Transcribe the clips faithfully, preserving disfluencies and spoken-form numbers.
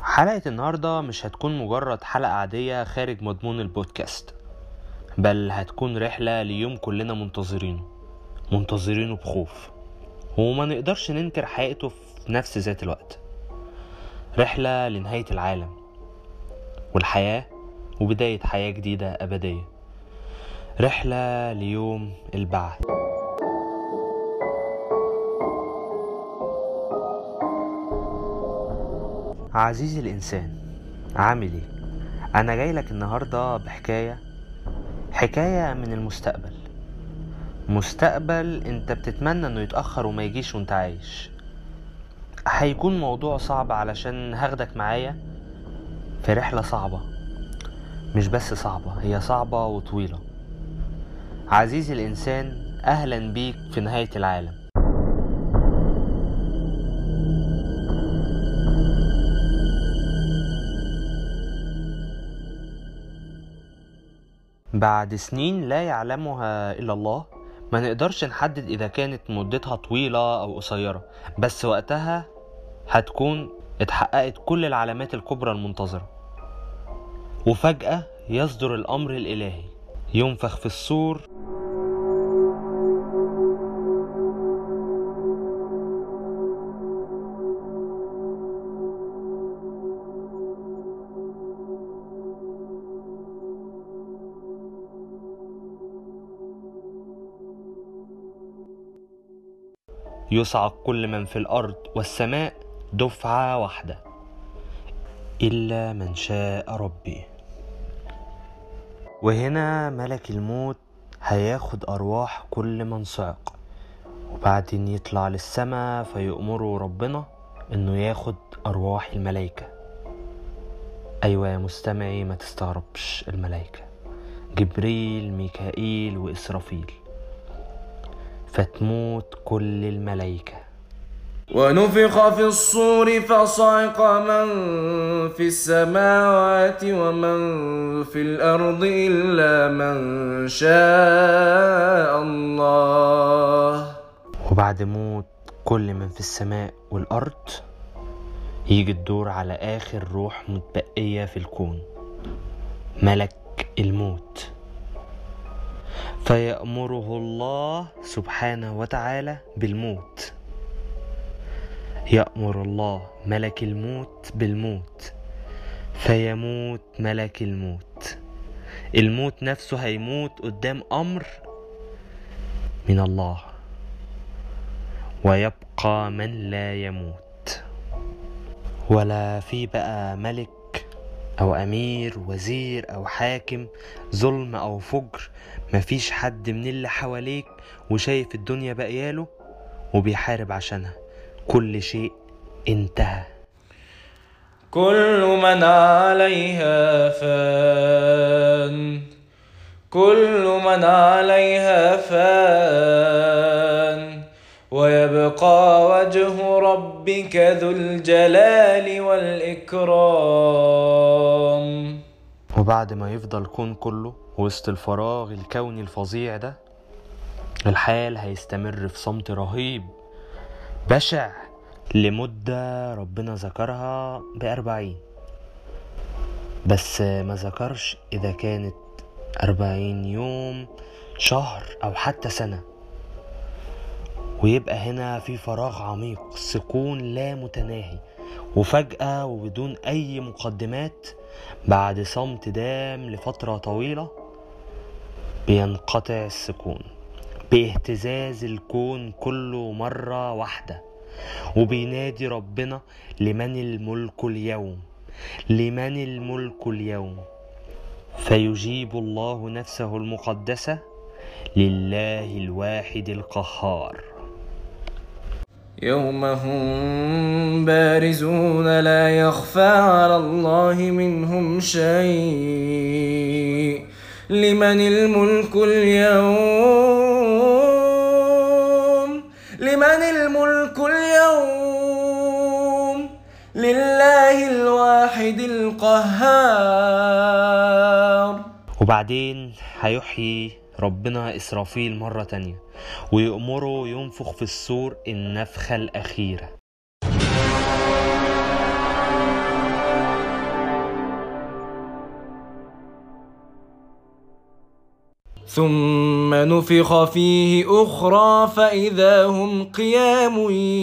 حلقة النهاردة مش هتكون مجرد حلقة عادية خارج مضمون البودكاست، بل هتكون رحلة ليوم كلنا منتظرينه منتظرينه بخوف، وما نقدرش ننكر حقيقته في نفس ذات الوقت. رحلة لنهاية العالم والحياة وبداية حياة جديدة أبدية. رحلة ليوم البعث. عزيزي الإنسان، عامل ايه؟ أنا جاي لك النهاردة بحكاية حكاية من المستقبل. مستقبل انت بتتمنى انه يتأخر وما يجيش وانت عايش. هيكون موضوع صعب علشان هاخدك معايا في رحلة صعبة، مش بس صعبة، هي صعبة وطويلة. عزيزي الإنسان، أهلا بيك في نهاية العالم. بعد سنين لا يعلمها إلا الله، ما نقدرش نحدد إذا كانت مدتها طويلة أو قصيرة، بس وقتها هتكون اتحققت كل العلامات الكبرى المنتظرة. وفجأة يصدر الأمر الإلهي، ينفخ في الصور، يصعق كل من في الأرض والسماء دفعة واحدة إلا من شاء ربي. وهنا ملك الموت هياخد أرواح كل من صعق، وبعدين يطلع للسماء فيأمره ربنا إنه ياخد أرواح الملائكة. أيوة يا مستمعي، ما تستغربش، الملائكة جبريل ميكائيل وإسرافيل، فتموت كل الملائكة. ونفخ في الصور فصعق من في السماوات ومن في الأرض إلا من شاء الله. وبعد موت كل من في السماء والأرض يجي الدور على آخر روح متبقية في الكون، ملك الموت، فيأمره الله سبحانه وتعالى بالموت. يأمر الله ملك الموت بالموت، فيموت ملك الموت. الموت نفسه هيموت قدام أمر من الله، ويبقى من لا يموت. ولا في بقى ملك أو أمير وزير أو حاكم، ظلم أو فجر، مفيش حد من اللي حواليك وشايف الدنيا بقياله وبيحارب عشانها. كل شيء انتهى. كل من عليها فان، كل من عليها فان، ويبقى وجه ربك ذو الجلال والإكرام. وبعد ما يفضل الكون كله وسط الفراغ الكوني الفظيع ده، الحال هيستمر في صمت رهيب بشع لمدة ربنا ذكرها بأربعين، بس ما ذكرش إذا كانت أربعين يوم، شهر، أو حتى سنة. ويبقى هنا في فراغ عميق، سكون لا متناهي. وفجأة وبدون أي مقدمات، بعد صمت دام لفترة طويلة، بينقطع السكون باهتزاز الكون كله مرة واحدة، وبينادي ربنا: لمن الملك اليوم؟ لمن الملك اليوم؟ فيجيب الله نفسه المقدسة: لله الواحد القهار. يوم هم بارزون لا يخفى على الله منهم شيء. لمن الملك اليوم؟ لمن الملك اليوم؟ لله الواحد القهار. وبعدين هيحيي ربنا إسرافيل مرة تانية ويأمره ينفخ في الصور النفخة الأخيرة. ثم نفخ فيه أخرى فإذا هم قيام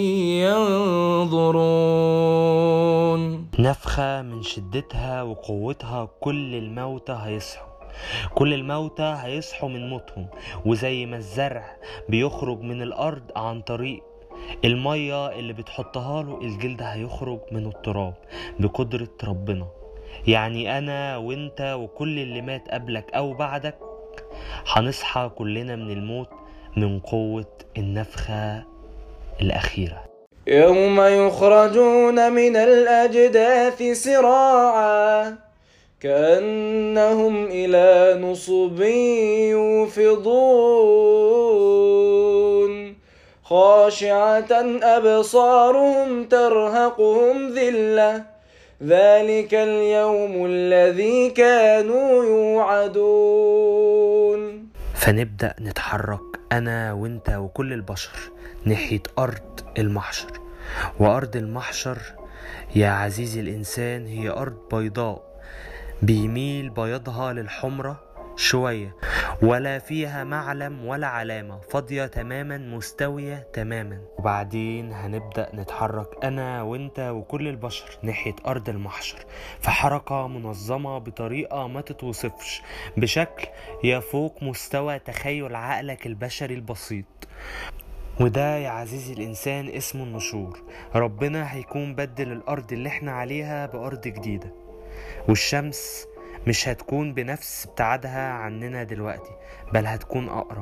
ينظرون. نفخة من شدتها وقوتها كل الموتى هيصحوا، كل الموتى هيصحوا من موتهم. وزي ما الزرع بيخرج من الأرض عن طريق المية اللي بتحطها له، الجلد هيخرج من التراب بقدرة ربنا. يعني أنا وإنت وكل اللي مات قبلك أو بعدك هنصحى كلنا من الموت من قوة النفخة الأخيرة. يوم يخرجون من الأجداث سراعا كأنهم إلى نصب يوفضون خاشعة أبصارهم ترهقهم ذلة ذلك اليوم الذي كانوا يوعدون. فنبدأ نتحرك أنا وإنت وكل البشر ناحية أرض المحشر. وأرض المحشر يا عزيزي الإنسان هي أرض بيضاء بيميل بيضها للحمرة شوية، ولا فيها معلم ولا علامة، فاضية تماما مستوية تماما. وبعدين هنبدأ نتحرك أنا وإنت وكل البشر ناحية أرض المحشر في حركة منظمة بطريقة ما تتوصفش، بشكل يفوق مستوى تخيل عقلك البشري البسيط. وده يا عزيزي الإنسان اسمه النشور. ربنا هيكون بدل الأرض اللي احنا عليها بأرض جديدة، والشمس مش هتكون بنفس ابتعادها عننا دلوقتي، بل هتكون أقرب.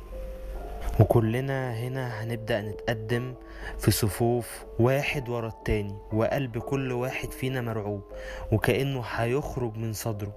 وكلنا هنا هنبدأ نتقدم في صفوف واحد ورا التاني، وقلب كل واحد فينا مرعوب وكأنه هيخرج من صدره.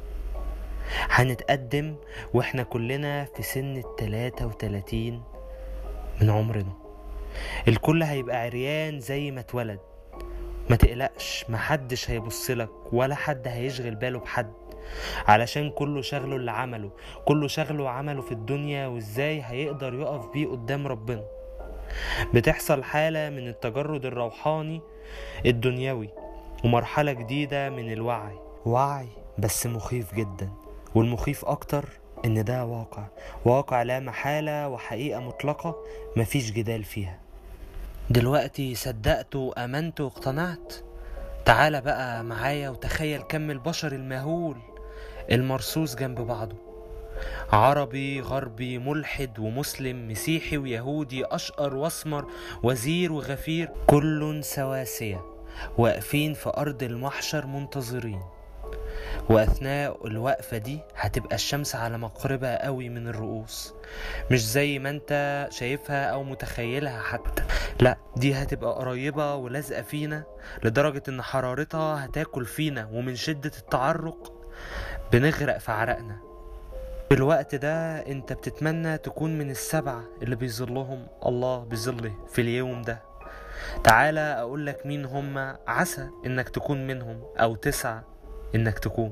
هنتقدم واحنا كلنا في سن التلاتة وتلاتين من عمرنا. الكل هيبقى عريان زي ما اتولد. ما تقلقش، محدش هيبصلك ولا حد هيشغل باله بحد، علشان كله شغله اللي عمله، كله شغله عمله في الدنيا وازاي هيقدر يقف بيه قدام ربنا. بتحصل حالة من التجرد الروحاني الدنيوي ومرحلة جديدة من الوعي، وعي بس مخيف جدا. والمخيف اكتر ان ده واقع، واقع لا محالة وحقيقة مطلقة مفيش جدال فيها. دلوقتي صدقت وامنت واقتنعت؟ تعال بقى معايا وتخيل كم البشر المهول المرصوص جنب بعضه، عربي غربي ملحد ومسلم مسيحي ويهودي أشقر واسمر وزير وغفير، كل سواسية واقفين في أرض المحشر منتظرين. وأثناء الوقفة دي هتبقى الشمس على مقربة قوي من الرؤوس، مش زي ما انت شايفها أو متخيلها حتى، لا دي هتبقى قريبة ولازقة فينا لدرجة ان حرارتها هتاكل فينا، ومن شدة التعرق بنغرق في عرقنا. في الوقت ده انت بتتمنى تكون من السبعة اللي بيظلهم الله بظله في اليوم ده. تعالى اقولك مين هم، عسى انك تكون منهم، او تسعى انك تكون.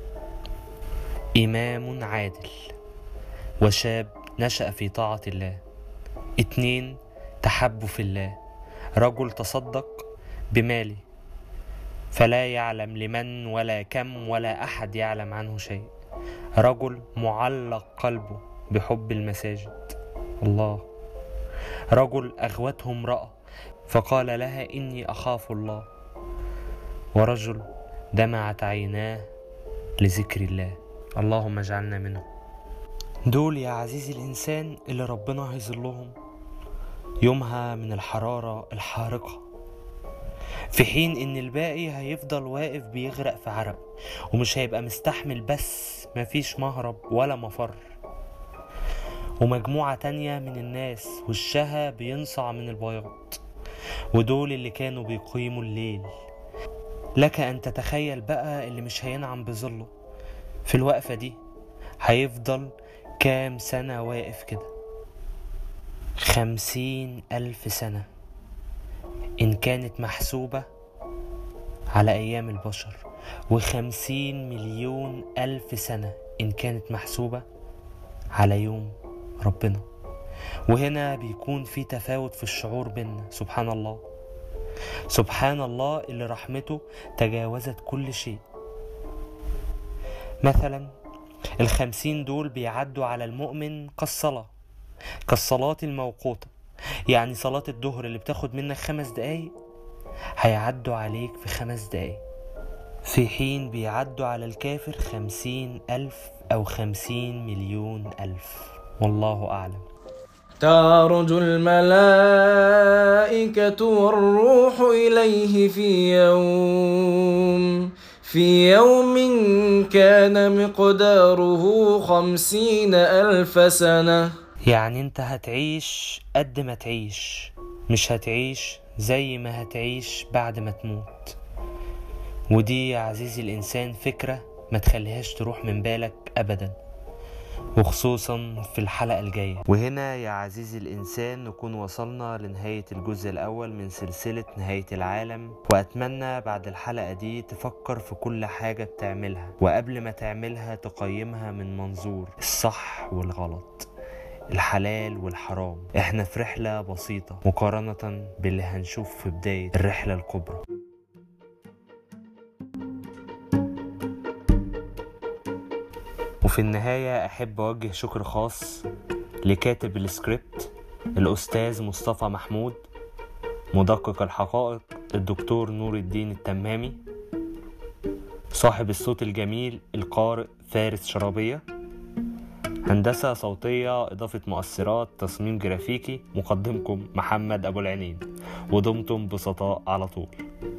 امام عادل، وشاب نشأ في طاعة الله. اتنين تحب في الله، رجل تصدق بمالي فلا يعلم لمن ولا كم ولا أحد يعلم عنه شيء، رجل معلق قلبه بحب المساجد. الله. رجل أغوته امرأة فقال لها إني أخاف الله، ورجل دمعت عيناه لذكر الله. اللهم اجعلنا منه. دول يا عزيزي الإنسان اللي ربنا هيظلهم يومها من الحرارة الحارقة، في حين ان الباقي هيفضل واقف بيغرق في عرق ومش هيبقى مستحمل، بس مفيش مهرب ولا مفر. ومجموعة تانية من الناس وشها بينصع من البياض، ودول اللي كانوا بيقيموا الليل. لك ان تتخيل بقى اللي مش هينعم بظله في الوقفة دي هيفضل كام سنة واقف كده؟ خمسين ألف سنة إن كانت محسوبة على أيام البشر، وخمسين مليون ألف سنة إن كانت محسوبة على يوم ربنا. وهنا بيكون في تفاوت في الشعور بينا. سبحان الله، سبحان الله اللي رحمته تجاوزت كل شيء. مثلا الخمسين دول بيعدوا على المؤمن كالصلاة، كالصلاة الموقوتة. يعني صلاة الظهر اللي بتاخد منك خمس دقايق هيعدوا عليك في خمس دقايق، في حين بيعدوا على الكافر خمسين ألف أو خمسين مليون ألف، والله أعلم. تعرج الملائكة والروح إليه في يوم في يوم كان مقداره خمسين ألف سنة. يعني انت هتعيش قد ما تعيش، مش هتعيش زي ما هتعيش بعد ما تموت. ودي يا عزيزي الإنسان فكرة ما تخليهاش تروح من بالك أبدا، وخصوصا في الحلقة الجاية. وهنا يا عزيزي الإنسان نكون وصلنا لنهاية الجزء الأول من سلسلة نهاية العالم. وأتمنى بعد الحلقة دي تفكر في كل حاجة بتعملها، وقبل ما تعملها تقيمها من منظور الصح والغلط، الحلال والحرام. احنا في رحلة بسيطة مقارنة باللي هنشوف في بداية الرحلة الكبرى. وفي النهاية أحب أوجه شكر خاص لكاتب السكريبت الأستاذ مصطفى محمود، مدقق الحقائق الدكتور نور الدين التمامي، صاحب الصوت الجميل القارئ فارس شرابية، هندسة صوتية إضافة مؤثرات تصميم جرافيكي مقدمكم محمد أبو العنين، ودمتم بسطاء على طول.